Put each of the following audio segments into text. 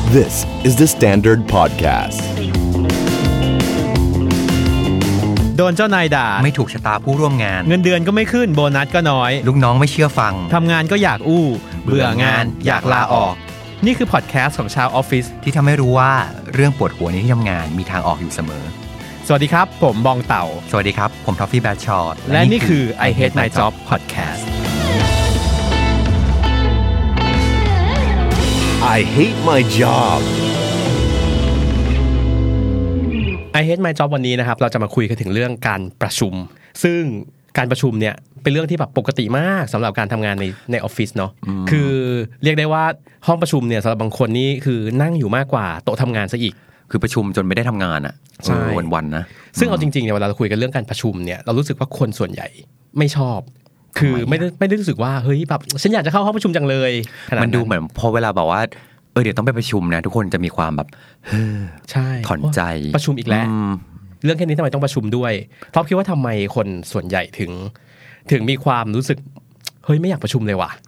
This is the Standard Podcast. โดนเจ้านายด่าไม่ถูกชะตาผู้ร่วมงานเงินเดือนก็ไม่ขึ้นโบนัสก็น้อยลูกน้องไม่เชื่อฟังทำงานก็อยากอู้เบื่องานอยากลาออกนี่คือพอดแคสต์ของชาวออฟฟิศที่ทำให้รู้ว่าเรื่องปวดหัวในที่ทำงานมีทางออกอยู่เสมอสวัสดีครับผมบองเต่าสวัสดีครับผมทอฟฟี่แบทชอตและนี่คือ I Hate My Job Podcast I hate my job I Hate My Job วันนี้นะครับเราจะมาคุยกันถึงเรื่องการประชุมซึ่งการประชุมเนี่ยเป็นเรื่องที่แบบปกติมากสำหรับการทำงานในออฟฟิศเนาะคือเรียกได้ว่าห้องประชุมเนี่ยสำหรับบางคนนี่คือนั่งอยู่มากกว่าโต๊ะทำงานซะอีกคือประชุมจนไม่ได้ทำงานอ่ะวันๆนะซึ่งเอาจริงๆเนี่ยเวลาเราคุยกันเรื่องการประชุมเนี่ยเรารู้สึกว่าคนส่วนใหญ่ไม่ชอบคือไม่ได้รู้สึกว่าเฮ้ยแบบฉันอยากจะเข้าห้องประชุมจังเลยมันดูเหมือนพอเวลาบอกว่าเดี๋ยวต้องไปประชุมนะทุกคนจะมีความแบบใช่ถอนใจประชุมอีกแล้วเรื่องแค่นี้ทำไมต้องประชุมด้วยเพราะคิดว่าทำไมคนส่วนใหญ่ถึงมีความรู้สึกเฮ้ยไม่อยากประชุมเลยว่ะ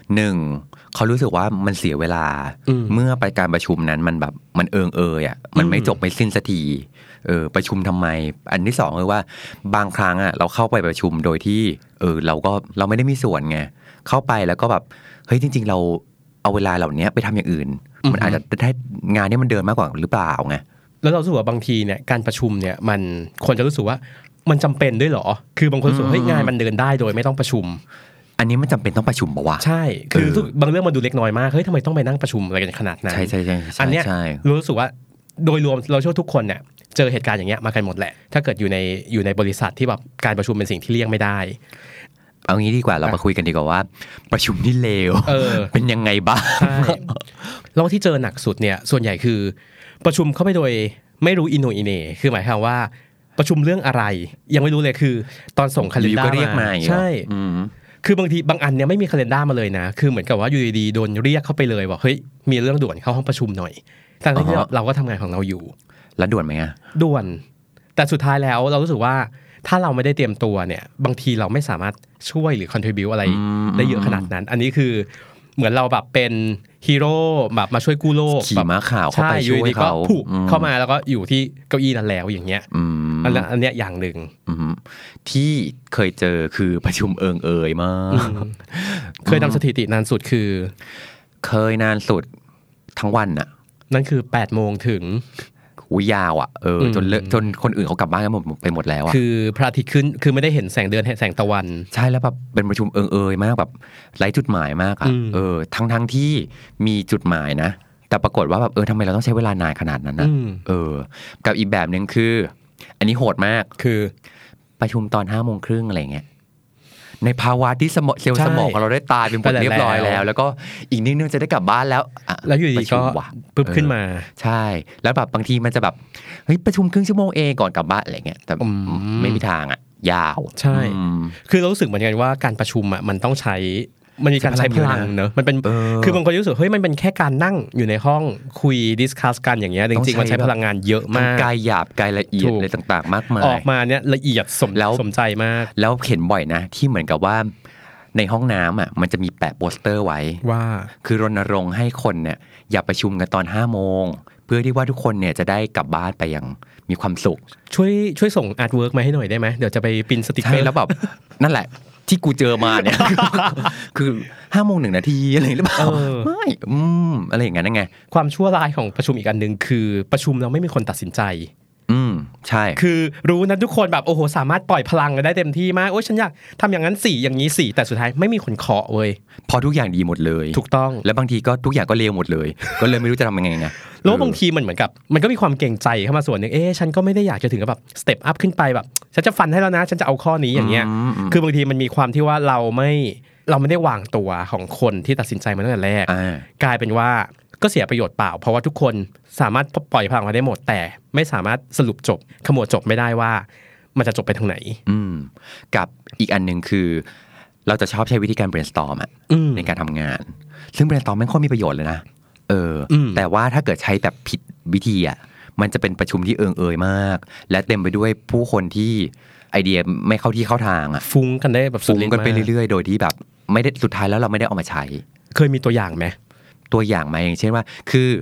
1เขารู้สึกว่ามันเสียเวลาเมื่อไปการประชุมนั้นมันแบบมันอ่ะมันไม่จบไม่สิ้นสักทีประชุมทำไมอันที่2คือว่าบางครั้งอ่ะเราเข้าไปประชุมโดยที่เราไม่ได้มีส่วนไงเข้าไปแล้วก็แบบเฮ้ยจริงๆเราเอาเวลาเหล่านี้ไปทำอย่างอื่นมันอาจจะได้งานที่มันเดินมากกว่าหรือเปล่าไงแล้วเรารู้สึกว่าบางทีเนี่ยการประชุมเนี่ยมันคนจะรู้สึกว่ามันจำเป็นด้วยเหรอคือบางคนรู้สึกเฮ้ยงานมันเดินได้โดยไม่ต้องประชุมอันนี้มันจำเป็นต้องประชุมป่ะวะใช่คือบางเรื่องมันดูเล็กน้อยมากเฮ้ยทำไมต้องไปนั่งประชุมอะไรกันขนาดนั้นใช่อันเนี้ยรู้สึกว่าโดยรวมเราเชื่อทุกคนเนี่ยเจอเหตุการณ์อย่างเงี้ยมากันหมดแหละถ้าเกิดอยู่ในบริษัทที่แบบการประชุมเป็นสิ่งที่เลี่ยงไม่ได้เอางี้ดีกว่าเรามาคุยกันดีกว่าว่าประชุมที่เลวเป็นยังไงบ้างใช่แล้วที่เจอหนักสุดเนี่ยส่วนใหญ่คือประชุมเข้าไปโดยไม่รู้อินโนอิเนคือหมายความว่าประชุมเรื่องอะไรยังไม่รู้เลยคือตอนส่งคาเลนดาร์มาใช่คือบางทีบางอันเนี่ยไม่มีคาเลนดาร์มาเลยนะคือเหมือนกับว่าอยู่ดีๆโดนเรียกเข้าไปเลยบอกเฮ้ยมีเรื่องด่วนเข้าห้องประชุมหน่อยทั้งที่เราก็ทำงานของเราอยู่แล้วด่วนไหมอ่ะด่วนแต่สุดท้ายแล้วเรารู้สึกว่าถ้าเราไม่ได้เตรียมตัวเนี่ยบางทีเราไม่สามารถช่วยหรือ contribute อะไรได้เยอะขนาดนั้นอันนี้คือเหมือนเราแบบเป็นฮีโร่แบบมาช่วยกู้โลกขี่ม้าขาวเข้าไปช่วยเขาเข้ามาแล้วก็อยู่ที่เก้าอี้นั้นแล้วอย่างเงี้ยอันเนี้ยอย่างหนึ่งที่เคยเจอคือประชุมมากเคยทำสถิตินานสุดคือเคยนานสุดทั้งวันน่ะนั่นคือ 8 โมงถึงยาวอ่ะจนคนอื่นเขากลับบ้านกันหมดไปหมดแล้วอ่ะคือพระอาทิตย์ขึ้นคือไม่ได้เห็นแสงเดือนแสงตะวันใช่แล้วแบบเป็นประชุมมากแบบไร้จุดหมายมากอ่ะทั้งที่มีจุดหมายนะแต่ปรากฏว่าแบบทำไมเราต้องใช้เวลานานขนาดนั้นนะกับอีกแบบนึงคืออันนี้โหดมากคือประชุมตอน 5:30 นอะไรเงี้ยในภาวะที่เซลล์สมองของเราได้ตายเป็นหมดเรียบร้อยแล้วก็อีกนิดนึงจะได้กลับบ้านแล้วอยู่ดีก็ปึ๊บขึ้นมาใช่แล้วแบบบางทีมันจะแบบเฮ้ยประชุมครึ่งชั่วโมงเองก่อนกลับบ้านอะไรเงี้ยแต่ไม่มีทางอ่ะยาวใช่คือเรารู้สึกเหมือนกันว่าการประชุมอ่ะมันต้องมันมีการใช้พลังเนอะมันเป็นคือบางคนรู้สึกเฮ้ยมันเป็นแค่การนั่งอยู่ในห้องคุยดิสคัสกันอย่างเงี้ยจริงๆมันใช้พลังงานเยอะมากกายหยาบกายละเอียดอะไรต่างๆมากมายออกมาเนี่ยละเอียดสมใจมากแล้วเห็นบ่อยนะที่เหมือนกับว่าในห้องน้ำอ่ะมันจะมีแปะโปสเตอร์ไว้ว่าคือรณรงค์ให้คนเนี่ยอย่าประชุมกันตอน 5 โมงเพื่อที่ว่าทุกคนเนี่ยจะได้กลับบ้านไปอย่างมีความสุขช่วยส่งอาร์ตเวิร์กมาให้หน่อยได้ไหมเดี๋ยวจะไปพิมพ์สติกเกอร์แล้วแบบนั่นแหละที่กูเจอมาเนี่ยคือ 5:01 นาทีอะไรหรือเปล่าไม่อะไรอย่างนั้นไงความชั่วร้ายของประชุมอีกอันนึงคือประชุมเราไม่มีคนตัดสินใจใช่คือรู้นะทุกคนแบบโอ้โหสามารถปล่อยพลังได้เต็มที่มากโอ้ยฉันอยากทำอย่างนั้น4อย่างนี้4แต่สุดท้ายไม่มีคนเคาะเว้ยพอทุกอย่างดีหมดเลยถูกต้องแล้วบางทีก็ทุกอย่างก็เลวหมดเลยก็เลยไม่รู้จะทำยังไงไงแล้วบางทีมันเหมือนกับมันก็มีความเกรงใจเข้ามาส่วนนึงฉันก็ไม่ได้อยากจะถึงกับแบบสเต็ปอัพขึ้นไปแบบฉันจะฟันให้แล้วนะฉันจะเอาข้อนี้อย่างเงี้ยคือบางทีมันมีความที่ว่าเราไม่ได้วางตัวของคนที่ตัดสินใจมาตั้งแต่แรกกลายเป็นว่าก็เสียประโยชน์เปล่าเพราะว่าทุกคนสามารถปล่อยพลังมาได้หมดแต่ไม่สามารถสรุปจบขมวดจบไม่ได้ว่ามันจะจบไปทางไหนกับอีกอันนึงคือเราจะชอบใช้วิธีการ brainstorm ในการทำงานซึ่ง brainstorm ไม่ค่อยมีประโยชน์เลยนะแต่ว่าถ้าเกิดใช้แบบผิดวิธีมันจะเป็นประชุมที่มากและเต็มไปด้วยผู้คนที่ไอเดียไม่เข้าที่เข้าทางฟุ้งกันได้แบบฟุ้งกันไปเรื่อยๆโดยที่แบบไม่ได้สุดท้ายแล้วเราไม่ได้เอามาใช้เคยมีตัวอย่างไหมตัวอย่างมาอย่างเช่นว่าคือ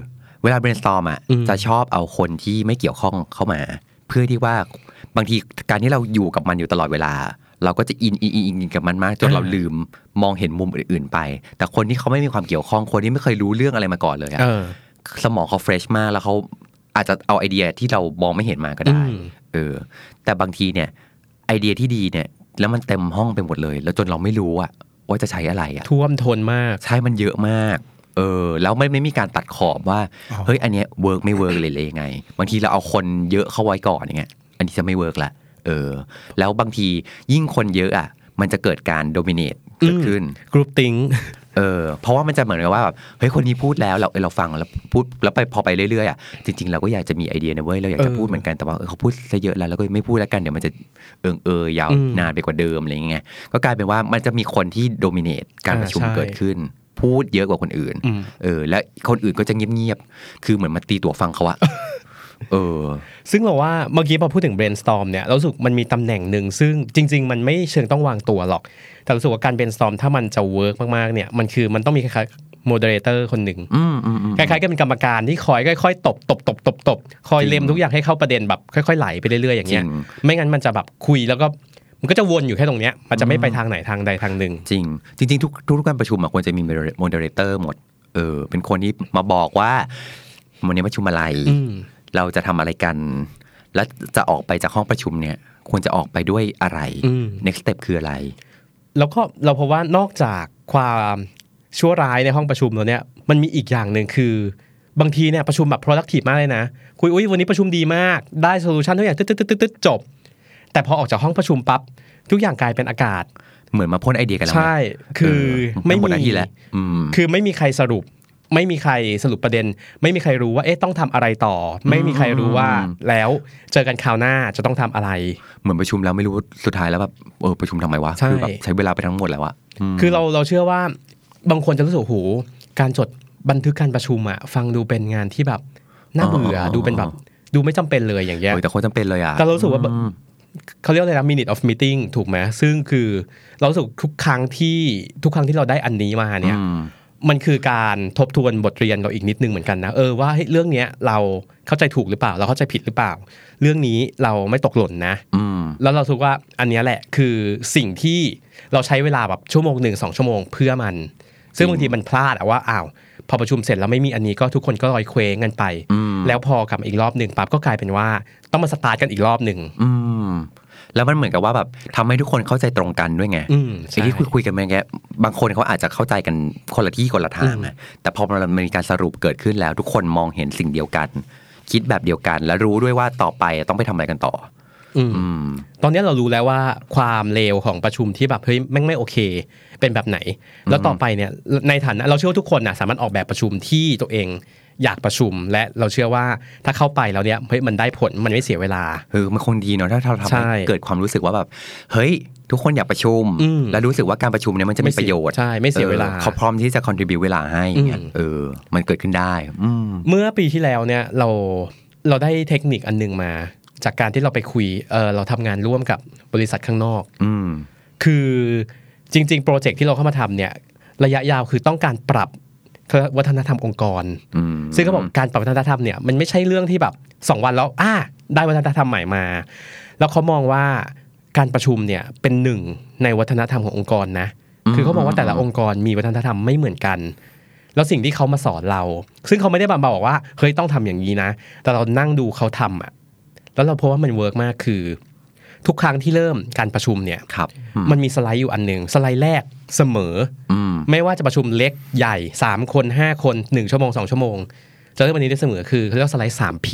เวลา brainstorm อ่ะจะชอบเอาคนที่ไม่เกี่ยวข้องเข้ามาเพื่อที่ว่าบางทีการที่เราอยู่กับมันอยู่ตลอดเวลาเราก็จะอินกับมันมากจนเราลืมมองเห็นมุมอื่นๆไปแต่คนที่เขาไม่มีความเกี่ยวข้องคนที่ไม่เคยรู้เรื่องอะไรมาก่อนเลยอะสมองเขาเฟรชมากแล้วเขาอาจจะเอาไอเดียที่เรามองไม่เห็นมาก็ได้แต่บางทีเนี่ยไอเดียที่ดีเนี่ยแล้วมันเต็มห้องไปหมดเลยแล้วจนเราไม่รู้อะว่าจะใช้อะไรอะท่วมท้นมากใช่มันเยอะมากแล้วไม่มีการตัดขอบว่าเฮ้ยอันเนี้ยเวิร์กไม่เวิร์กเลยยังไงบางทีเราเอาคนเยอะเข้าไว้ก่อนอย่างเงี้ยอันนี้จะไม่เวิร์กละแล้วบางทียิ่งคนเยอะอ่ะมันจะเกิดการโดมิเนตเกิดขึ้นกรุ๊ปติ้งเพราะว่ามันจะเหมือนกับว่าแบบเฮ้ยคนนี้พูดแล้วเราฟังแล้วพูดแล้วพอไปเรื่อยๆอ่ะจริงๆเราก็อยากจะมีไอเดียนะเว้ยเราอยากจะพูดเหมือนกันแต่ว่าเขาพูดซะเยอะแล้วก็ไม่พูดแล้วกันเดี๋ยวมันจะยาวนานไปกว่าเดิมอะไรอย่างเงี้ยก็กลายเป็นว่ามันจะมีคนที่โดมิเนตการประชุมเกิดขึ้นพูดเยอะกว่าคนอื่นและคนอื่นก็จะเงียบๆคือเหมือนมาตีตัวฟังเขาอะซึ่งเราว่าเมื่อกี้พอพูดถึง brainstorm เนี่ยเรารู้สึกมันมีตำแหน่งหนึ่งซึ่งจริงๆมันไม่เชิงต้องวางตัวหรอกแต่รู้สึกว่าการ brainstorm ถ้ามันจะ work มากๆเนี่ยมันต้องมีคล้ายๆ moderator คนหนึ่งคล้ายๆกับเป็นกรรมการที่คอยค่อยๆตบคอยเล็มทุกอย่างให้เข้าประเด็นแบบค่อยๆไหลไปเรื่อยๆอย่างเงี้ยไม่งั้นมันจะแบบคุยแล้วก็มันก็จะวนอยู่แค่ตรงเนี้ยมันจะไม่ไปทางไหนทางใดทางหนึ่งจริงทุกการประชุมควรจะมี moderator หมดเป็นคนที่มาบอกว่าวันนี้ประชุมอะไรเราจะทำอะไรกันและจะออกไปจากห้องประชุมเนี่ยควรจะออกไปด้วยอะไร next step คืออะไรแล้วก็เราพบว่านอกจากความชั่วร้ายในห้องประชุมเราเนี่ยมันมีอีกอย่างหนึ่งคือบางทีเนี่ยประชุมแบบ productive มากเลยนะคุยวันนี้ประชุมดีมากได้ solution ทุกอย่างตึ๊ดจบแต่พอออกจากห้องประชุมปั๊บทุกอย่างกลายเป็นอากาศเหมือนมาพ่นไอเดียกันแล้วใช่คือไม่มีแล้วคือไม่มีใครสรุปไม่มีใครสรุปประเด็นไม่มีใครรู้ว่าต้องทำอะไรต่อไม่มีใครรู้ว่าแล้วเจอกันคราวหน้าจะต้องทำอะไรเหมือนประชุมแล้วไม่รู้สุดท้ายแล้วแบบประชุมทำไมวะคือแบบใช้เวลาไปทั้งหมดแล้วอะคือเราเชื่อว่าบางคนจะรู้สึกโหการจดบันทึกการประชุมอะฟังดูเป็นงานที่แบบน่าเบื่อดูเป็นแบบดูไม่จำเป็นเลยอย่างเงี้ยแต่คนจำเป็นเลยอะก็รู้สึกว่าเขาเรียกอะไรนะ minute of meeting ถูกไหมซึ่งคือเรารู้สึกทุกครั้งที่เราได้อันนี้มาเนี่ยมันคือการทบทวนบทเรียนเราอีกนิดนึงเหมือนกันนะว่าเรื่องนี้เราเข้าใจถูกหรือเปล่าเราเข้าใจผิดหรือเปล่าเรื่องนี้เราไม่ตกหล่นนะแล้วเราคิดว่าอันนี้แหละคือสิ่งที่เราใช้เวลาแบบชั่วโมง1-2 ชั่วโมงเพื่อมันซึ่งบางทีมันพลาดว่าพอประชุมเสร็จแล้วไม่มีอันนี้ก็ทุกคนก็ลอยเคว้งกันไปแล้วพอกลับมาอีกรอบนึงปั๊บก็กลายเป็นว่าต้องมาสตาร์ทกันอีกรอบนึงแล้วมันเหมือนกับว่าแบบทำให้ทุกคนเข้าใจตรงกันด้วยไงไอ้ที่คุยกันเมื่อกี้บางคนเขาอาจจะเข้าใจกันคนละที่คนละทางนะแต่พอมันมีการสรุปเกิดขึ้นแล้วทุกคนมองเห็นสิ่งเดียวกันคิดแบบเดียวกันแล้วรู้ด้วยว่าต่อไปต้องไปทำอะไรกันต่อตอนนี้เรารู้แล้วว่าความเลวของประชุมที่แบบเฮ้ยแม่งไม่โอเคเป็นแบบไหนแล้วต่อไปเนี่ยในฐานะเราเชื่อว่าทุกคนนะสามารถออกแบบประชุมที่ตัวเองอยากประชุมและเราเชื่อว่าถ้าเข้าไปแล้วเนี่ยเฮ้ยมันได้ผลมันไม่เสียเวลามันคงดีเนาะถ้าเราทำให้เกิดความรู้สึกว่าแบบเฮ้ยทุกคนอยากประชุมแล้วรู้สึกว่าการประชุมเนี่ยมันจะมีประโยชน์ใช่ไม่เสียเวลาเขาพร้อมที่จะ contribute เวลาให้มันเกิดขึ้นได้เมื่อปีที่แล้วเนี่ยเราได้เทคนิคอันนึงมาจากการที่เราไปคุยเราทำงานร่วมกับบริษัทข้างนอกคือจริงๆโปรเจกต์ที่เราเข้ามาทำเนี่ยระยะยาวคือต้องการปรับวัฒนธรรมองค์กรซึ่งเขาบอกการปรับวัฒนธรรมเนี่ยมันไม่ใช่เรื่องที่แบบ2 วันแล้วได้วัฒนธรรมใหม่มาแล้วเขามองว่าการประชุมเนี่ยเป็นหนึ่งในวัฒนธรรมขององค์กรนะคือเขามองว่าแต่ละองค์กรมีวัฒนธรรมไม่เหมือนกันแล้วสิ่งที่เขามาสอนเราซึ่งเขาไม่ได้มาบอกว่าเฮ้ยต้องทำอย่างนี้นะแต่เรานั่งดูเขาทำแล้วเราพบว่ามันเวิร์กมากคือทุกครั้งที่เริ่มการประชุมเนี่ยมันมีสไลด์อยู่อันนึงสไลด์แรกเสมอไม่ว่าจะประชุมเล็กใหญ่3 คน5 คน1 ชั่วโมง2 ชั่วโมงจะเริ่มวันนี้ได้เสมอคือเขาเรียกสไลด์ 3P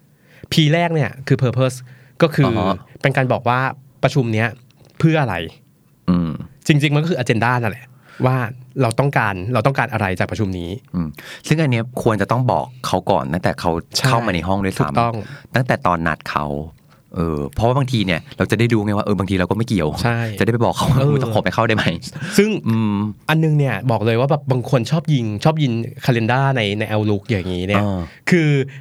P แรกเนี่ยคือ purpose ก็คือเป็นการบอกว่าประชุมเนี้ยเพื่ออะไรจริงๆมันก็คือ agenda นั่นแหละว่าเราต้องการอะไรจากประชุมนี้ซึ่งอันนี้ควรจะต้องบอกเขาก่อนตั้งแต่เขาเข้ามาในห้องด้วยซ้ำตั้งแต่ตอนนัดเขาเพราะว่าบางทีเนี่ยเราจะได้ดูไงว่าบางทีเราก็ไม่เกี่ยวจะได้ไปบอกเขาว่าต้องขอไปเข้าได้ไหมซึ่งอันนึงเนี่ยบอกเลยว่าแบบบางคนชอบยิง calendar ใน Outlook อย่างนี้เนี่ยคือ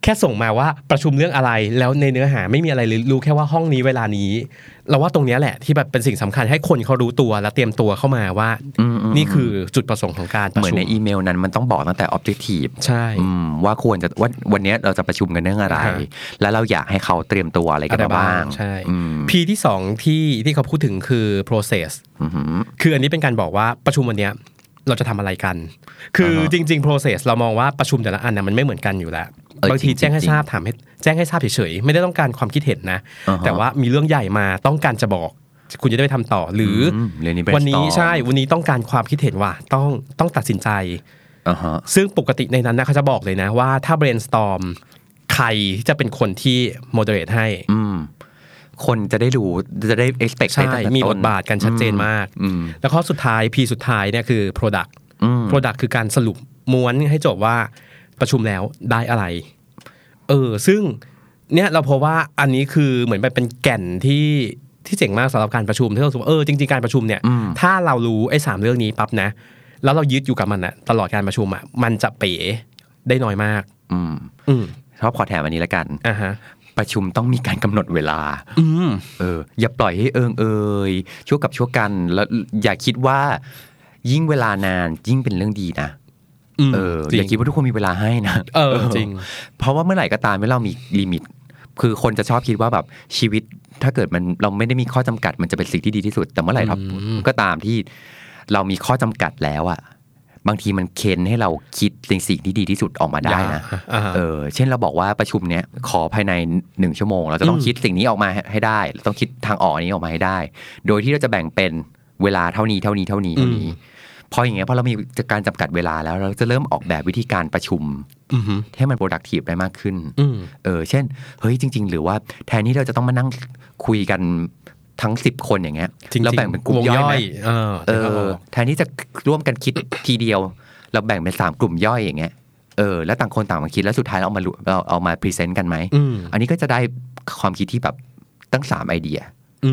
แค่ส่งมาว่าประชุมเรื่องอะไรแล้วในเนื้อหาไม่มีอะไรเลยรู้แค่ว่าห้องนี้เวลานี้เราว่าตรงนี้แหละที่แบบเป็นสิ่งสำคัญให้คนเขารู้ตัวและเตรียมตัวเข้ามาว่านี่คือจุดประสงค์ของการประชุมเหมือนในอีเมลนั้นมันต้องบอกตั้งแต่ objective ใช่ว่าควรจะวันนี้เราจะประชุมกันเรื่องอะไรแล้วเราอยากให้เขาเตรียมตัวอะไรกันบ้างใช่ P ที่2ที่เขาพูดถึงคือ process คืออันนี้เป็นการบอกว่าประชุมวันนี้เราจะทำอะไรกันคือจริงๆ process เรามองว่าประชุมแต่ละอันนะมันไม่เหมือนกันอยู่แล้วบางทีแจ้งให้ทราบถามให้แจ้งให้ทราบเฉยๆไม่ได้ต้องการความคิดเห็นนะแต่ว่ามีเรื่องใหญ่มาต้องการจะบอกคุณจะได้ไปทำต่อหรือวันนี้ใช่วันนี้ต้องการความคิดเห็นว่าต้องตัดสินใจซึ่งปกติในนั้นนะเขาจะบอกเลยนะว่าถ้า brainstorm ใครจะเป็นคนที่ moderate ให้คนจะได้รู้จะได้ expect ใช่มีบทบาทกันชัดเจนมากแล้วข้อสุดท้าย P สุดท้ายเนี่ยคือ product คือการสรุปม้วนให้จบว่าประชุมแล้วได้อะไรซึ่งเนี่ยเราพบว่าอันนี้คือเหมือนเป็นแก่นที่เจ๋งมากสำหรับการประชุมที่เราสึกว่าจริงๆการประชุมเนี่ยถ้าเรารู้ไอ้3เรื่องนี้ปั๊บนะแล้วเรายึดอยู่กับมันนะตลอดการประชุมอ่ะมันจะเป๋ได้น้อยมากชอบขอแถมอันนี้ละกันประชุมต้องมีการกำหนดเวลาอย่าปล่อยให้ชั่วกับชั่วกันแล้วอย่าคิดว่ายิ่งเวลานานยิ่งเป็นเรื่องดีนะอย่าคิดว่าทุกคนมีเวลาให้นะจริงเพราะว่าเมื่อไหร่ก็ตามที่เรามีลิมิตคือคนจะชอบคิดว่าแบบชีวิตถ้าเกิดเราไม่ได้มีข้อจำกัดมันจะเป็นสิ่งที่ดีที่สุดแต่เมื่อไหร่ก็ตามที่เรามีข้อจำกัดแล้วอ่ะบางทีมันเค้นให้เราคิดสิ่งที่ดีที่สุดออกมาได้นะเช่นเราบอกว่าประชุมเนี้ยขอภายใน1ชั่วโมงเราจะต้องคิดสิ่งนี้ออกมาให้ได้ต้องคิดทางออกนี้ออกมาให้ได้โดยที่เราจะแบ่งเป็นเวลาเท่านี้พออย่างเงี้ยพอเรามีการจำกัดเวลาแล้วเราจะเริ่มออกแบบวิธีการประชุมให้มัน productive ได้มากขึ้นเช่นเฮ้ยจริงๆหรือว่าแทนที่เราจะต้องมานั่งคุยกันทั้ง10คนอย่างเงี้ยเราแบ่งเป็นกลุ่มย่อยแทนที่จะร่วมกันคิดทีเดียวเราแบ่งเป็น3กลุ่มย่อยอย่างเงี้ยแล้วต่างคนต่างมาคิดแล้วสุดท้ายเราเอามาพรีเซนต์กันไหมอันนี้ก็จะได้ความคิดที่แบบตั้ง3ไอเดีย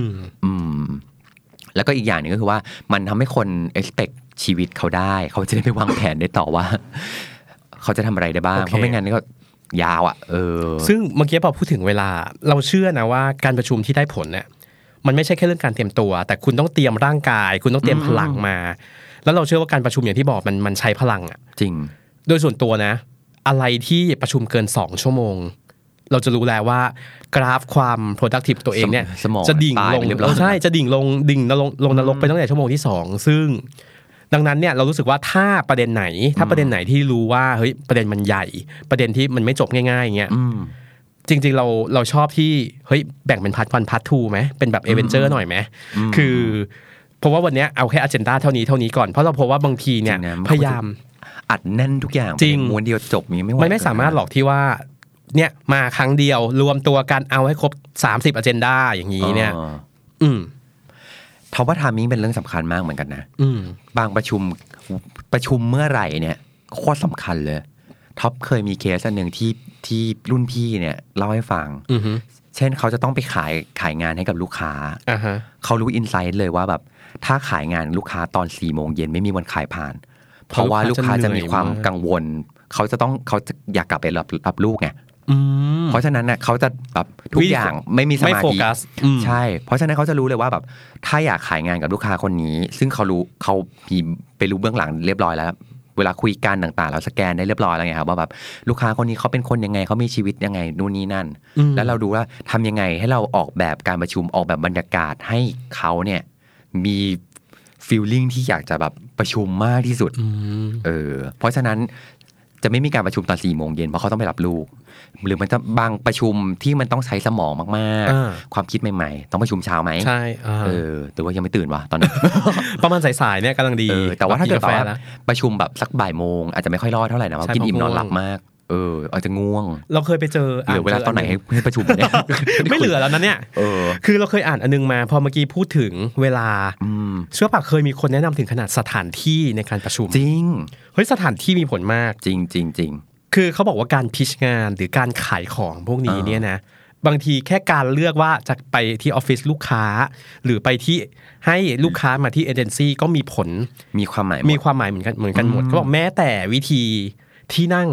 แล้วก็อีกอย่างนึงก็คือว่ามันทำให้คน expect ชีวิตเขาได้เขาจะได้ไปวางแผนได้ต่อว่าเขาจะทำอะไรได้บ้างเพราะไม่งั้นก็ยาวซึ่งเมื่อกี้พอพูดถึงเวลาเราเชื่อนะว่าการประชุมที่ได้ผลเนี่ยมันไม่ใช่แค่เรื่องการเตรียมตัวแต่คุณต้องเตรียมร่างกายคุณต้องเตรียมพลังมาแล้วเราเชื่อว่าการประชุมอย่างที่บอกมันใช้พลังจริงโดยส่วนตัวนะอะไรที่ประชุมเกิน2ชั่วโมงเราจะรู้แล้วว่ากราฟความ productive ตัวเองเนี่ยจะดิ่งลงใช่จะดิ่งลงนรกไปตั้งแต่ชั่วโมงที่2ซึ่งดังนั้นเนี่ยเรารู้สึกว่าถ้าประเด็นไหนที่รู้ว่าเฮ้ยประเด็นมันใหญ่ประเด็นที่มันไม่จบง่ายๆอย่างเงี้ยจริงๆเราชอบที่เฮ้ยแบ่งเป็นพาร์ท1พาร์ท2มั้ยเป็นแบบเอเวนเจอร์หน่อยมั้ยคือเพราะว่าวันนี้เอาแค่อเจนดาเท่านี้ก่อนเพราะเราพบว่าบางทีเนี่ยพยายามอัดแน่นทุกอย่างม้วนเดียวจบนี้ไม่สามารถหรอกที่ว่าเนี่ยมาครั้งเดียวรวมตัวกันเอาให้ครบ30อเจนดาอย่างนี้เนี่ยเพราะว่าไทมิ่งเป็นเรื่องสำคัญมากเหมือนกันนะบางประชุมเมื่อไหร่เนี่ยโคตรสำคัญเลยท็อปเคยมีเคสอันหนึ่งที่รุ่นพี่เนี่ยเล่าให้ฟังเช่นเขาจะต้องไปขายงานให้กับลูกค้าเขารู้อินไซต์เลยว่าแบบถ้าขายงานลูกค้าตอน 4 โมงเย็นไม่มีวันขายผ่านเพราะว่าลูกค้าจะมีความกังวลเขาจะอยากกลับไปรับลูกไงเพราะฉะนั้นเนี่ยเขาจะแบบทุกอย่างไม่มีสมาธิใช่เพราะฉะนั้นเขาจะรู้เลยว่าแบบถ้าอยากขายงานกับลูกค้าคนนี้ซึ่งเขามีไปรู้เบื้องหลังเรียบร้อยแล้วเวลาคุยกันต่างๆเราสแกนได้เรียบร้อยแล้วไงครับว่าแบบลูกค้าคนนี้เขาเป็นคนยังไงเขามีชีวิตยังไงนู่นนี่นั่นแล้วเราดูว่าทำยังไงให้เราออกแบบการประชุมออกแบบบรรยากาศให้เขาเนี่ยมีฟีลลิ่งที่อยากจะแบบประชุมมากที่สุดเพราะฉะนั้นจะไม่มีการประชุมตอน 4 โมงเย็นเพราะเขาต้องไปรับลูกหรือมันจะบางประชุมที่มันต้องใช้สมองมากๆความคิดใหม่ๆต้องประชุมเช้าไหมใช่แต่ว่ายังไม่ตื่นว่ะตอนนั้นประมาณสายๆเนี่ยกำลังดีแต่ว่าถ้าเกิดว่าประชุมแบบสักบ่ายโมงอาจจะไม่ค่อยรอดเท่าไหร่นะเพราะกินอิ่มนอนหลับมากอาจจะง่วงเราเคยไปเจอเหลือเวลาตอนไหนให้ประชุมเนี่ยไม่เหลือแล้วนะเนี่ยคือเราเคยอ่านอันนึงมาพอเมื่อกี้พูดถึงเวลาเชื่อป่ะเคยมีคนแนะนำถึงขนาดสถานที่ในการประชุมจริงเฮ้ยสถานที่มีผลมากจริงคือเขาบอกว่าการพิชงานหรือการขายของพวกนี้เนี่ยนะบางทีแค่การเลือกว่าจะไปที่ออฟฟิศลูกค้าหรือไปที่ให้ลูกค้ามาที่เอเจนซี่ก็มีผลมีความหมายเหมือนกันหมดเขาบอกแม้แต่วิธีที่นั่ง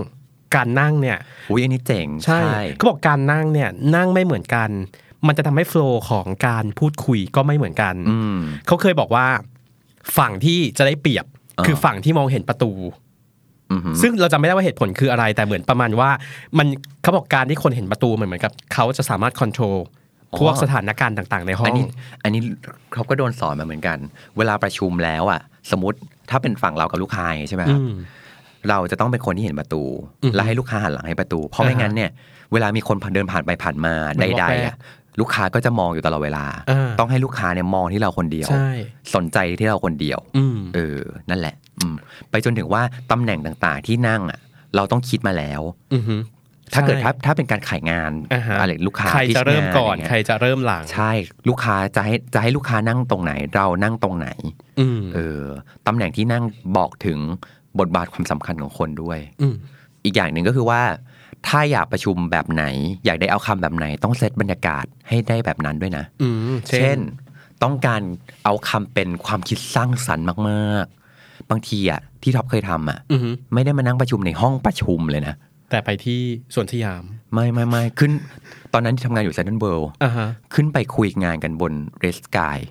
การนั่งเนี่ยอุ้ยอันนี้เจ๋งใช่เขาบอกการนั่งเนี่ยนั่งไม่เหมือนกันมันจะทำให้โฟลว์ของการพูดคุยก็ไม่เหมือนกันเขาเคยบอกว่าฝั่งที่จะได้เปรียบคือฝั่งที่มองเห็นประตูซึ่งเราจำไม่ได้ว่าเหตุผลคืออะไรแต่เหมือนประมาณว่ามันเขาบอกการที่คนเห็นประตูเหมือนกับเขาจะสามารถควบคุมพวกสถานการณ์ต่างๆในห้องอันนี้เขาก็โดนสอนมาเหมือนกันเวลาประชุมแล้วอ่ะสมมติถ้าเป็นฝั่งเรากับลูกค้าใช่ไหมครับเราจะต้องเป็นคนที่เห็นประตูและให้ลูกค้าหันหลังให้ประตูเพราะไม่งั้นเนี่ยเวลามีคนเดินผ่านไปผ่านมาใดๆอ่ะลูกค้าก็จะมองอยู่ตลอดเวลาต้องให้ลูกค้าเนี่ยมองที่เราคนเดียวสนใจที่เราคนเดียวนั่นแหละไปจนถึงว่าตำแหน่งต่างๆที่นั่งอ่ะเราต้องคิดมาแล้วถ้าเกิดถ้าเป็นการขายงานอะไรลูกค้าใครจะเริ่มก่อนใครจะเริ่มหลังใช่ลูกค้าจะให้ลูกค้านั่งตรงไหนเรานั่งตรงไหนตำแหน่งที่นั่งบอกถึงบทบาทความสำคัญของคนด้วยอีกอย่างหนึ่งก็คือว่าถ้าอยากประชุมแบบไหนอยากได้เอาคำแบบไหนต้องเซตบรรยากาศให้ได้แบบนั้นด้วยนะเช่นต้องการเอาคำเป็นความคิดสร้างสรรค์มากๆบางทีอ่ะที่ท็อปเคยทำอ่ะไม่ได้มานั่งประชุมในห้องประชุมเลยนะแต่ไปที่สวนสยามไม่ขึ้นตอนนั้นที่ทำงานอยู่เซ็นทรัลเวิลด์ขึ้นไปคุยงานกันบนเรสกาย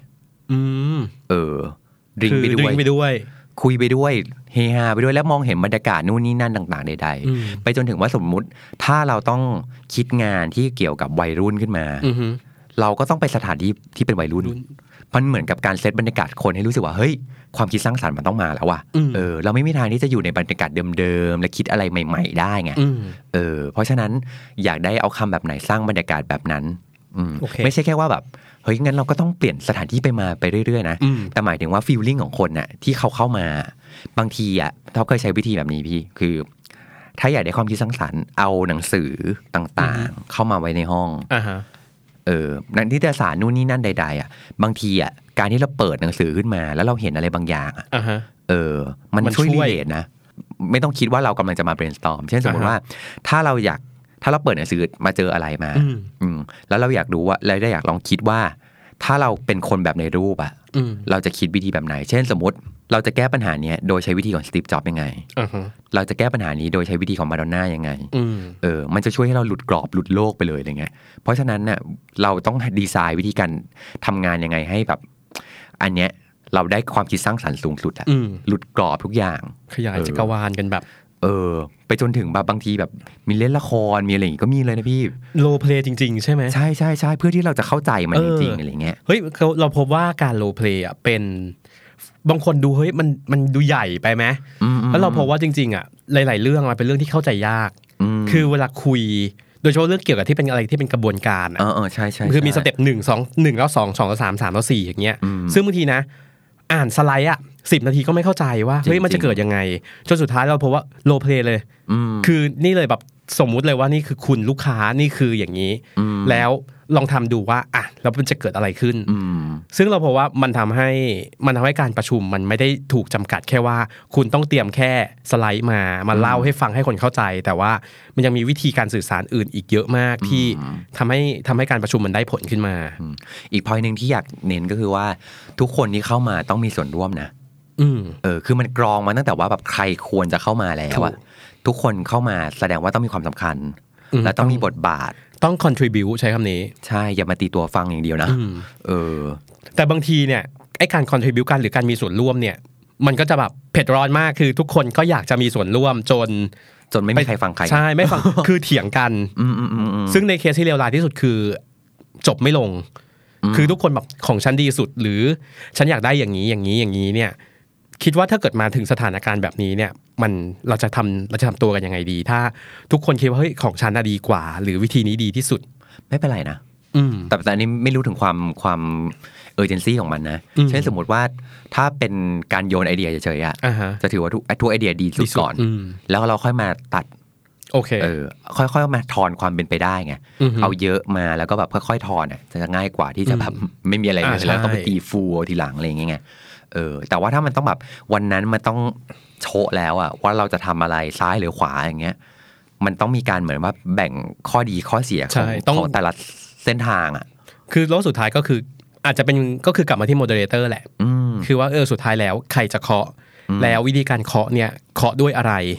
ดื่มไปด้วยคุยไปด้วยเฮฮาไปด้วยแล้วมองเห็นบรรยากาศนู่นนี่นั่นต่างๆใดๆไปจนถึงว่าสมมุติถ้าเราต้องคิดงานที่เกี่ยวกับวัยรุ่นขึ้นมาเราก็ต้องไปสถานที่เป็นวัยรุ่นมันเหมือนกับการเซตบรรยากาศคนให้รู้สึกว่าเฮ้ยความคิดสร้างสรรค์มันต้องมาแล้วว่ะเราไม่มีทางที่จะอยู่ในบรรยากาศเดิมๆและคิดอะไรใหม่ๆได้ไงเพราะฉะนั้นอยากได้เอาคำแบบไหนสร้างบรรยากาศแบบนั้นไม่ใช่แค่ว่าแบบเฮ้ยงั้นเราก็ต้องเปลี่ยนสถานที่ไปเรื่อยๆนะแต่หมายถึงว่าฟีลลิ่งของคนน่ะที่เขาเข้ามาบางทีอ่ะเขาเคยใช้วิธีแบบนี้พี่คือถ้าอยากได้ความคิดสร้างสรรค์เอาหนังสือต่างๆเข้ามาไว้ในห้องนักนิตยสารนู่นนี่นั่นใดๆอ่ะบางทีอ่ะการที่เราเปิดหนังสือขึ้นมาแล้วเราเห็นอะไรบางอย่างอ่ะมันช่วยรีเลทนะไม่ต้องคิดว่าเรากำลังจะมา brainstorm เช่นสมมติว่าถ้าเราเปิดหนังสือมาเจออะไรมาแล้วเราอยากรู้ว่าเราได้อยากลองคิดว่าถ้าเราเป็นคนแบบในรูปอ่ะเราจะคิดวิธีแบบไหนเช่นสมมติเราจะแก้ปัญหานี้โดยใช้วิธีของสตีฟจ็อบส์ยังไงเราจะแก้ปัญหานี้โดยใช้วิธีของมาดอนน่ายังไงมันจะช่วยให้เราหลุดกรอบหลุดโลกไปเลยอะไรเงี้ยเพราะฉะนั้นน่ะเราต้องดีไซน์วิธีการทำงานยังไงให้แบบอันเนี้ยเราได้ความคิดสร้างสรรค์สูงสุดอ่ะหลุดกรอบทุกอย่างขยายจักรวาลกันแบบไปจนถึงบางทีแบบมีเล่นละครมีอะไรอย่างงี้ก็มีเลยนะพี่โรลเพลย์จริงๆใช่ไหมใช่เพื่อที่เราจะเข้าใจมันจริงๆอะไรเงี้ยเฮ้ยเราพบว่าการโรลเพลย์อ่ะเป็นบางคนดูเฮ้ยมันดูใหญ่ไปไหมแล้วเราพบว่าจริงๆอ่ะหลายๆเรื่องมันเป็นเรื่องที่เข้าใจยากคือเวลาคุยโดยเฉพาะเรื่องเกี่ยวกับที่เป็นอะไรที่เป็นกระบวนการใช่คือมีสเต็ป1 แล้ว2 2แล้ว3 3แล้ว4อย่างเงี้ยซึ่งบางทีนะอ่านสไลด์อ่ะ10 นาทีก็ไม่เข้าใจว่าเฮ้ยมันจะเกิดยังไงจนสุดท้ายเราพบว่าโรลเพลย์เลยคือนี่เลยแบบสมมุติเลยว่านี่คือคุณลูกค้านี่คืออย่างนี้แล้วลองทำดูว่าอ่ะแล้วมันจะเกิดอะไรขึ้นซึ่งเราพบว่ามันทำให้การประชุมมันไม่ได้ถูกจำกัดแค่ว่าคุณต้องเตรียมแค่สไลด์มาเล่าให้ฟังให้คนเข้าใจแต่ว่ามันยังมีวิธีการสื่อสารอื่นอีกเยอะมากที่ทำให้การประชุมมันได้ผลขึ้นมาอีกพอยต์นึงที่อยากเน้นก็คือว่าทุกคนที่เข้ามาต้องมีส่วนร่วมนะคือมันกรองมาตั้งแต่ว่าแบบใครควรจะเข้ามาแล้วอะทุกคนเข้ามาแสดงว่าต้องมีความสำคัญและต้องมีบทบาทต้อง contribute ใช้คำนี้ใช่อย่ามาตีตัวฟังอย่างเดียวนะแต่บางทีเนี่ยไอ้การ contribute กันหรือการมีส่วนร่วมเนี่ยมันก็จะแบบเผ็ดร้อนมากคือทุกคนก็อยากจะมีส่วนร่วมจนไม่มีใครฟังใครใช่ไม่ฟัง คือเถียงกันซึ่งในเคสที่เลวร้ายที่สุดคือจบไม่ลงคือทุกคนแบบของฉันดีสุดหรือฉันอยากได้อย่างนี้เนี่ยคิดว่าถ้าเกิดมาถึงสถานการณ์แบบนี้เนี่ยเราจะทำตัวกันยังไงดีถ้าทุกคนคิดว่าเฮ้ยของฉันดีกว่าหรือวิธีนี้ดีที่สุดไม่เป็นไรนะแต่อันนี้ไม่รู้ถึงความเออร์เจนซี่ของมันนะเช่นสมมติว่าถ้าเป็นการโยนไอเดียเฉยๆจะถือว่าทุกไอเดียดีสุดก่อนแล้วเราค่อยมาตัดโอเคค่อยๆมาทอนความเป็นไปได้ไงเอาเยอะมาแล้วก็แบบค่อยๆทอนจะง่ายกว่าที่จะแบบไม่มีอะไรเลยแล้วต้องไปตีฟูทีหลังอะไรอย่างเงี้ยแต่ว่าถ้ามันต้องแบบวันนั้นมันต้องโชะแล้วอะว่าเราจะทำอะไรซ้ายหรือขวาอย่างเงี้ยมันต้องมีการเหมือนว่าแบ่งข้อดีข้อเสียของแต่ละเส้นทางอะคือแล้วสุดท้ายก็คืออาจจะเป็นก็คือกลับมาที่โมเดเลเตอร์แหละคือว่าสุดท้ายแล้วใครจะเคาะแล้ววิธีการเคาะเนี่ยเคาะด้วยอะไร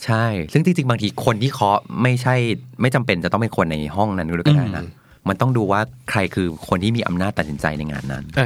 ใช่ซึ่งจริงๆบางทีคนที่เคาะไม่จำเป็นจะต้องเป็นคนในห้องนั้นก็ได้นะมันต้องดูว่าใครคือคนที่มีอำนาจตัดสินใจในงานนั้น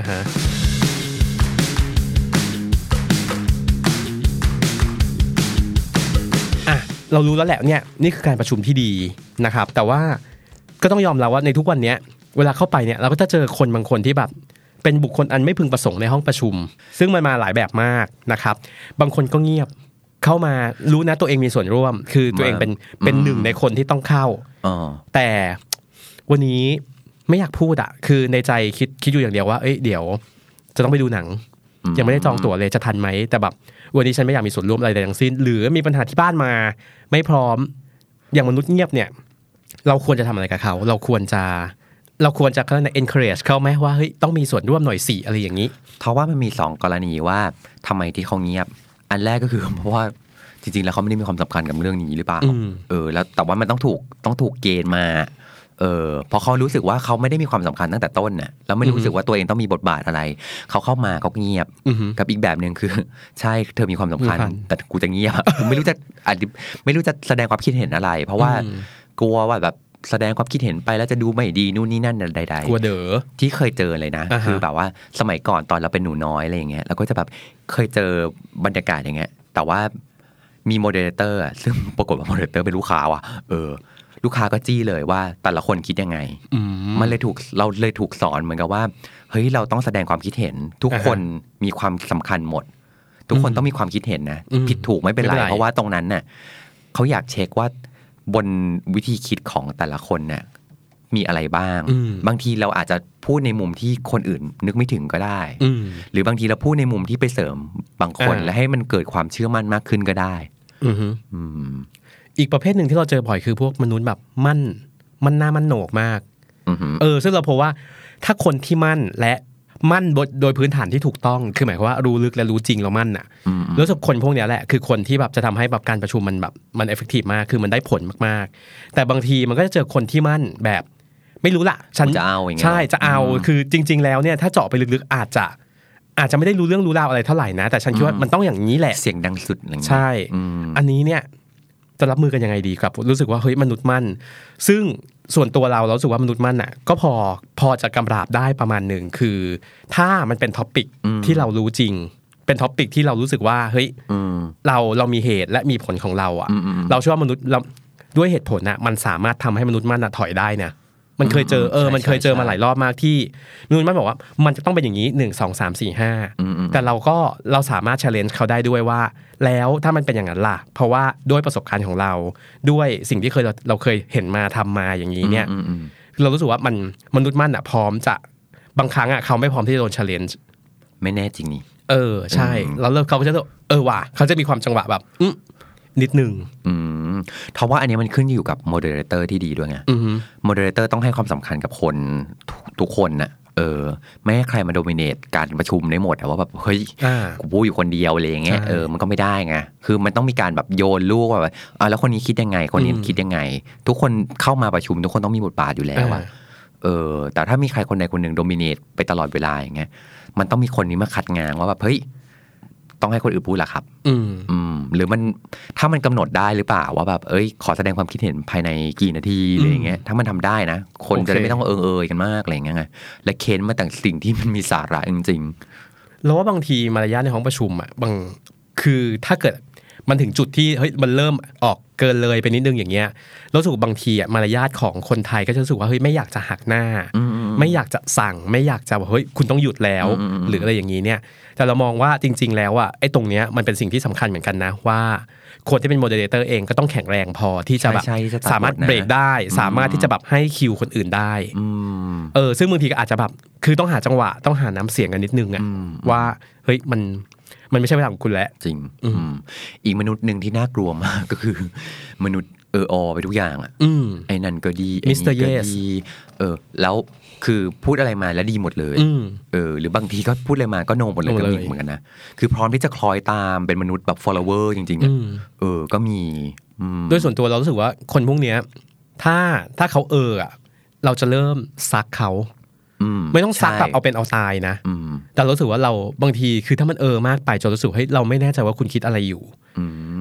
เรารู้แล้วแหละเนี่ยนี่คือการประชุมที่ดีนะครับแต่ว่าก็ต้องยอมรับว่าในทุกวันนี้เวลาเข้าไปเนี่ยเราก็จะเจอคนบางคนที่แบบเป็นบุคคลอันไม่พึงประสงค์ในห้องประชุมซึ่งมันมาหลายแบบมากนะครับบางคนก็เงียบเข้ามารู้นะตัวเองมีส่วนร่วมคือตัวเองเป็นหนึ่งในคนที่ต้องเข้าแต่วันนี้ไม่อยากพูดอ่ะคือในใจคิดอยู่อย่างเดียวว่าเดี๋ยวจะต้องไปดูหนังยังไม่ได้จองตั๋วเลยจะทันไหมแต่แบบวันนี้ฉันไม่อยากมีส่วนร่วมอะไรใดทั้งสิ้นหรือมีปัญหาที่บ้านมาไม่พร้อมอย่างมนุษย์เงียบเนี่ยเราควรจะทำอะไรกับเขาเราควรจะเขาเรียก encourage เขาไหมว่าเฮ้ยต้องมีส่วนร่วมหน่อยสิอะไรอย่างนี้เพราะว่ามันมี2กรณีว่าทำไมที่เขาเงียบอันแรกก็คือเพราะว่าจริงๆแล้วเขาไม่ได้มีความสำคัญกับเรื่องนี้หรือเปล่าแล้วแต่ว่ามันต้องถูกเกณฑ์มาพอเขารู้สึกว่าเขาไม่ได้มีความสำคัญตั้งแต่ต้นน่ะแล้วไม่รู้สึกว่าตัวเองต้องมีบทบาทอะไรเขาเข้ามาเขาเงียบกับอีกแบบนึงคือใช่เธอมีความสำคัญแต่กูจะเงียบกูไม่รู้จะแสดงความคิดเห็นอะไรเพราะว่ากลัวว่าแบบแสดงความคิดเห็นไปแล้วจะดูไม่ดีนู่นนี่นั่นใดๆกลัวเด้อที่เคยเจอเลยนะคือแบบว่าสมัยก่อนตอนเราเป็นหนูน้อยอะไรอย่างเงี้ยเราก็จะแบบเคยเจอบรรยากาศอย่างเงี้ยแต่ว่ามีโมเดเลเตอร์ซึ่งปรากฏว่าโมเดเลเตอร์เป็นลูกค้าว่ะลูกค้าก็จี้เลยว่าแต่ละคนคิดยังไงเราเลยถูกสอนเหมือนกับว่าเฮ้ยเราต้องแสดงความคิดเห็นทุกคนมีความสำคัญหมดทุกคนต้องมีความคิดเห็นนะผิดถูกไม่เป็นไรเพราะว่าตรงนั้นน่ะเขาอยากเช็คว่าบนวิธีคิดของแต่ละคนเนี่ยมีอะไรบ้างบางทีเราอาจจะพูดในมุมที่คนอื่นนึกไม่ถึงก็ได้หรือบางทีเราพูดในมุมที่ไปเสริมบางคนและให้มันเกิดความเชื่อมั่นมากขึ้นก็ได้อีกประเภทหนึ่งที่เราเจอบ่อยคือพวกมนุษย์แบบมั่นหน้ามั่นโหนกมากซึ่งเราพบว่าถ้าคนที่มั่นและมั่นโดยพื้นฐานที่ถูกต้องคือหมายความว่ารู้ลึกและรู้จริงแล้วมั่นน่ะแล้วสำหรับคนพวกนี้แหละคือคนที่แบบจะทำให้แบบการประชุมมันเอฟเฟกตีฟมากคือมันได้ผลมากๆแต่บางทีมันก็จะเจอคนที่มั่นแบบไม่รู้ละฉันจะเอาอย่างเงี้ยใช่จะเอาคือจริงๆแล้วเนี่ยถ้าเจาะไปลึกๆอาจจะไม่ได้รู้เรื่องรู้ราวอะไรเท่าไหร่นะแต่ฉันคิดว่ามันต้องอย่างนี้แหละเสียงดังสุดอะไรอย่างเงี้ยใช่อันนี้เนี่ยจะรับมือกันยังไงดีครับรู้สึกว่าเฮ้ยมนุษย์มั่นซึ่งส่วนตัวเรารู้สึกว่ามนุษย์มั่นน่ะก็พอจะกำราบได้ประมาณหนึ่งคือถ้ามันเป็นท็อปิกที่เรารู้จริงเป็นท็อปิกที่เรารู้สึกว่าเฮ้ยเรามีเหตุและมีผลของเราอ่ะเราเชื่อว่ามนุษย์ด้วยเหตุผลน่ะมันสามารถทำให้มนุษย์มั่นถอยได้นะมันเคยเจอมันเคยเจอมาหลายรอบมากที่มนุษย์มั่นบอกว่ามันจะต้องเป็นอย่างนี้1 2 3 4 5แต่เราสามารถ challenge เขาได้ด้วยว่าแล้วถ้ามันเป็นอย่างนั้นล่ะเพราะว่าด้วยประสบการณ์ของเราด้วยสิ่งที่เราเคยเห็นมาทำมาอย่างนี้เนี่ยเรารู้สึกว่ามันมนุษย์มั่นพร้อมจะบางครั้งเขาไม่พร้อมที่จะโดน challenge ไม่แน่จริงนี่ใช่แล้วเขาก็จะว่ะเขาจะมีความจังหวะแบบนิดนึงเพราะว่าอันนี้มันขึ้นอยู่กับโมเดเลเตอร์ที่ดีด้วยไงโมเดเลเตอร์ต้องให้ความสำคัญกับคนทุกคนน่ะไม่ให้ใครมาโดมิเนตการประชุมได้หมดแต่ว่าแบบเฮ้ยกูพูดอยู่คนเดียวอะไรอย่างเงี้ยมันก็ไม่ได้ไงคือมันต้องมีการแบบโยนลูกว่าแล้วคนนี้คิดยังไงคนนี้คิดยังไงทุกคนเข้ามาประชุมทุกคนต้องมีบทบาทอยู่แล้วอ่ะแต่ถ้ามีใครคนใดคนหนึ่งโดมิเนตไปตลอดเวลาอย่างเงี้ยมันต้องมีคนนี้มาขัดงานว่าแบบเฮ้ยต้องให้คนอื่นพูดล่ะครับหรือมันถ้ามันกำหนดได้หรือเปล่าว่าแบบขอแสดงความคิดเห็นภายในกี่นาทีอะไรอย่างเงี้ยถ้ามันทำได้นะคนจะได้ไม่ต้องกันมากอะไรอย่างเงี้ยและเค้นมาแต่สิ่งที่มันมีสาระจริงๆแล้วว่าบางทีมารยาทในห้องประชุมคือถ้าเกิดมันถึงจุดที่เฮ้ยมันเริ่มออกเกินเลยไปนิดนึงอย่างเงี้ยรู้สึกบางทีมารยาทของคนไทยก็จะรู้สึกว่าเฮ้ยไม่อยากจะหักหน้าไม่อยากจะสั่งไม่อยากจะเฮ้ยคุณต้องหยุดแล้วหรืออะไรอย่างนี้เนี่ยแต่เรามองว่าจริงๆแล้วไอ้ตรงเนี้ยมันเป็นสิ่งที่สำคัญเหมือนกันนะว่าคนที่เป็นโมเดเลเตอร์เองก็ต้องแข็งแรงพอที่จะแบบสามารถเบรกได้สามารถที่จะแบบให้คิวคนอื่นได้ซึ่งบางทีก็อาจจะแบบคือต้องหาจังหวะต้องหาน้ำเสียงกันนิดนึงว่าเฮ้ยมันไม่ใช่เวลาของคุณแล้วจริงอีกมนุษย์นึงที่น่ากลัวมากก็คือมนุษย์ไปทุกอย่างไอ้นั่นก็ดีไอ้นี่ก็ดีแล้วคือพูดอะไรมาแล้วดีหมดเลยหรือบางทีก็พูดอะไรมาก็โนหมดเลยก็มีเหมือนกันนะคือพร้อมที่จะคล้อยตามเป็นมนุษย์แบบ follower จริงๆก็มีด้วยส่วนตัวเรารู้สึกว่าคนพวกเนี้ยถ้าเขาเราจะเริ่มซักเขาไม่ต้องซักแบบเอาเป็นเอาตายนะแต่รู้สึกว่าเราบางทีคือถ้ามันมากไปจนรู้สึกให้เราไม่แน่ใจว่าคุณคิดอะไรอยู่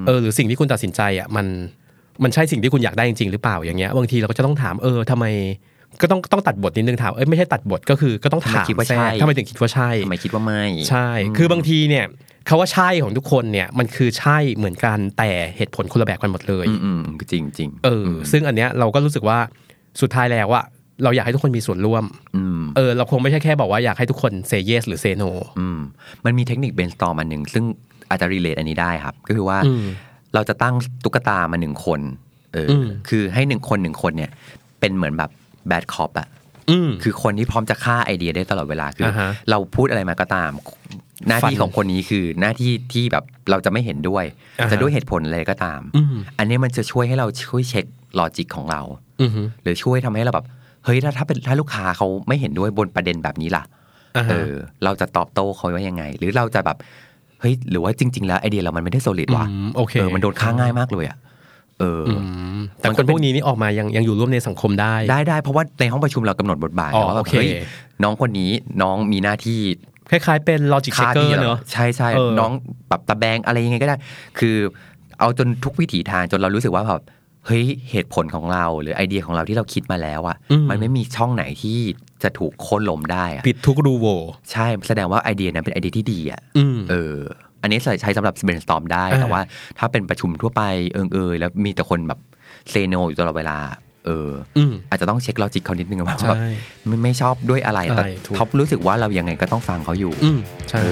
หรือสิ่งที่คุณตัดสินใจอ่ะมันใช่สิ่งที่คุณอยากได้จริงๆหรือเปล่าอย่างเงี้ยบางทีเราก็จะต้องถามทำไมก็ต้องตัดบทนิดนึงถามไม่ใช่ตัดบทก็คือก็ต้องถามแทรกทำไมถึงคิดว่าใช่ทำไมคิดว่าไม่ใช่คือบางทีเนี่ยคำว่าใช่ของทุกคนเนี่ยมันคือใช่เหมือนกันแต่เหตุผลคนละแบบกันหมดเลยจริงจริงซึ่งอันเนี้ยเราก็รู้สึกว่าสุดท้ายแล้วว่าเราอยากให้ทุกคนมีส่วนร่วมเราคงไม่ใช่แค่บอกว่าอยากให้ทุกคน say yes หรือ say no มันมีเทคนิค brainstorm อันหนึ่งซึ่งอาจจะ relate อันนี้ได้ครับก็คือว่าเราจะตั้งตุ๊กตามา1คนคือให้1คนเนี่ยเป็นเหมือนแบบ bad cop อะคือคนที่พร้อมจะฆ่าไอเดียได้ตลอดเวลาคือเราพูดอะไรมาก็ตามหน้าที่ของคนนี้คือหน้าที่ที่แบบเราจะไม่เห็นด้วยจะด้วยเหตุผลอะไรก็ตามอันนี้มันจะช่วยให้เราช่วยเช็คลอจิกของเราหรือช่วยทำให้เราแบบเฮ้ยถ้าลูกค้าเขาไม่เห็นด้วยบนประเด็นแบบนี้ล่ะเราจะตอบโต้เขาว่ายังไงหรือเราจะแบบเฮ้ยหรือว่าจริงๆแล้วไอเดียเรามันไม่ได้ solid ว่ะมันโดนฆ่าง่ายมากเลยอ่ะแต่คนพวกนี้นี่ออกมายังอยู่ร่วมในสังคมได้เพราะว่าในห้องประชุมเรากำหนดบทบาทว่าเฮ้ยน้องคนนี้น้องมีหน้าที่คล้ายๆเป็น logic checker เนอะใช่ๆน้องปรับตะแบงอะไรยังไงก็ได้คือเอาจนทุกวิถีทางจนเรารู้สึกว่าแบบเฮ้ยเหตุผลของเราหรือไอเดียของเราที่เราคิดมาแล้วอ่ะมันไม่มีช่องไหนที่จะถูกโค่นล้มได้ปิดทุกรูโหว่ใช่แสดงว่าไอเดียนั้นเป็นไอเดียที่ดีอ่ะอันนี้ใช้สำหรับ brainstorm ได้แต่ว่าถ้าเป็นประชุมทั่วไปแล้วมีแต่คนแบบเซโนอยู่ตลอดเวลาอาจจะต้องเช็คลอจิกเขานิดนึงว่าแบบไม่ชอบด้วยอะไรแต่ท็อปรู้สึกว่าเรายังไงก็ต้องฟังเขาอยู่ใช่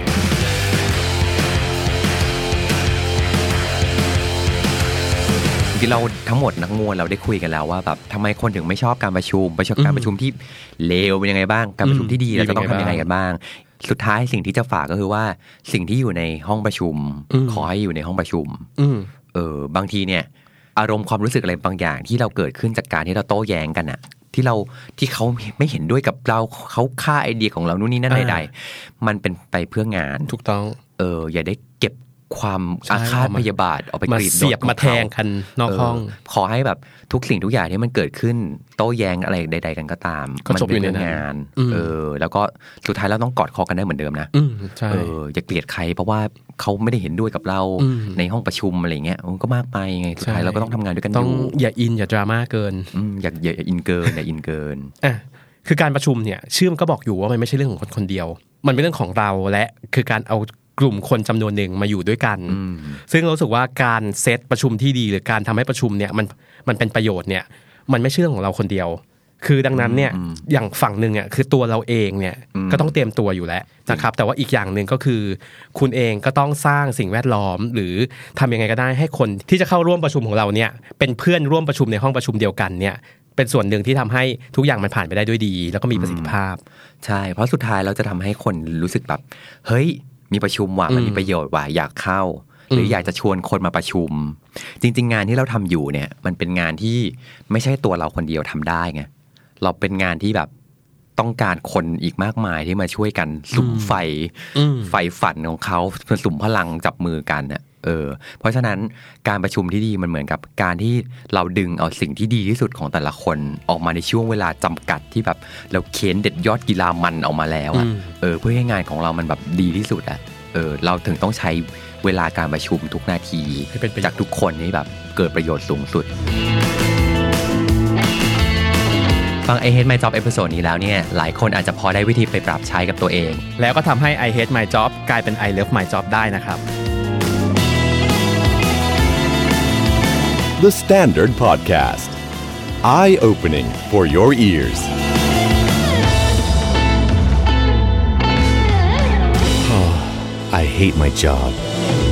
ที่เราทั้งหมดนักมวยเราได้คุยกันแล้วว่าแบบทำไมคนถึงไม่ชอบการประชุมการประชุมที่เลวเป็นยังไงบ้างการประชุมที่ดีเราจะต้องทำยังไงกันบ้างสุดท้ายสิ่งที่จะฝากก็คือว่าสิ่งที่อยู่ในห้องประชุมขอให้อยู่ในห้องประชุมบางทีเนี่ยอารมณ์ความรู้สึกอะไรบางอย่างที่เราเกิดขึ้นจากการที่เราโต้แย้งกันอะที่เขาไม่เห็นด้วยกับเราเขาฆ่าไอเดียของเรานู่นนี่นั่นใดๆมันเป็นไปเพื่องานถูกต้องอย่าได้เก็บความอาฆาตพยาบาทออกไปกรีดเสียบมาแทงกันนอกห้องขอให้แบบทุกสิ่งทุกอย่างที่มันเกิดขึ้นโต้แย้งอะไรใดๆกันก็ตามมันเป็นเรื่องงานแล้วก็สุดท้ายเราต้องกอดคอกันได้เหมือนเดิมนะอย่าเกลียดใครเพราะว่าเขาไม่ได้เห็นด้วยกับเราในห้องประชุมอะไรเงี้ยมันก็มากไปไงสุดท้ายเราก็ต้องทำงานด้วยกันอยู่อย่าอินอย่าดราม่าเกินอย่าอินเกินอย่าอินเกินคือการประชุมเนี่ยชื่อมันก็บอกอยู่ว่ามันไม่ใช่เรื่องของคนเดียวมันเป็นเรื่องของเราและคือการเอากลุ่มคนจำนวนหนึ่งมาอยู่ด้วยกันซึ่งเรารู้สึกว่าการเซตประชุมที่ดีหรือการทำให้ประชุมเนี่ยมันเป็นประโยชน์เนี่ยมันไม่ใช่เรื่องของเราคนเดียวคือดังนั้นเนี่ยอย่างฝั่งหนึ่งอ่ะคือตัวเราเองเนี่ยก็ต้องเตรียมตัวอยู่แล้วนะครับแต่ว่าอีกอย่างหนึ่งก็คือคุณเองก็ต้องสร้างสิ่งแวดล้อมหรือทำยังไงก็ได้ให้คนที่จะเข้าร่วมประชุมของเราเนี่ยเป็นเพื่อนร่วมประชุมในห้องประชุมเดียวกันเนี่ยเป็นส่วนหนึ่งที่ทำให้ทุกอย่างมันผ่านไปได้ด้วยดีแล้วก็มีประสิทธิภาพใช่เพราะสุดท้ายเราจะทำให้คนรู้สึกแบบเฮ้ยมีประชุมว่ะมันมีประโยชน์ว่ะอยากเข้าหรืออยากจะชวนคนมาประชุมจริงๆงานที่เราทำอยู่เนี่ยมันเป็นงานที่ไม่ใช่ตัวเราคนเดียวทำได้ไงเราเป็นงานที่แบบต้องการคนอีกมากมายที่มาช่วยกันสุมไฟฝันของเขาสุมพลังจับมือกันเนี่ยเพราะฉะนั้นการประชุมที่ดีมันเหมือนกับการที่เราดึงเอาสิ่งที่ดีที่สุดของแต่ละคนออกมาในช่วงเวลาจำกัดที่แบบเราเค้นเด็ดยอดกีฬามันออกมาแล้วอะเพื่อให้งานของเรามันแบบดีที่สุดอะเราถึงต้องใช้เวลาการประชุมทุกนาทีจากทุกคนให้แบบเกิดประโยชน์สูงสุดฟัง I Hate My Job เอพิโซดนี้แล้วเนี่ยหลายคนอาจจะพอได้วิธีไปปรับใช้กับตัวเองแล้วก็ทำให้ I Hate My Job กลายเป็น I Love My Job ได้นะครับ The Standard Podcast. Eye-opening for your ears. I hate my job.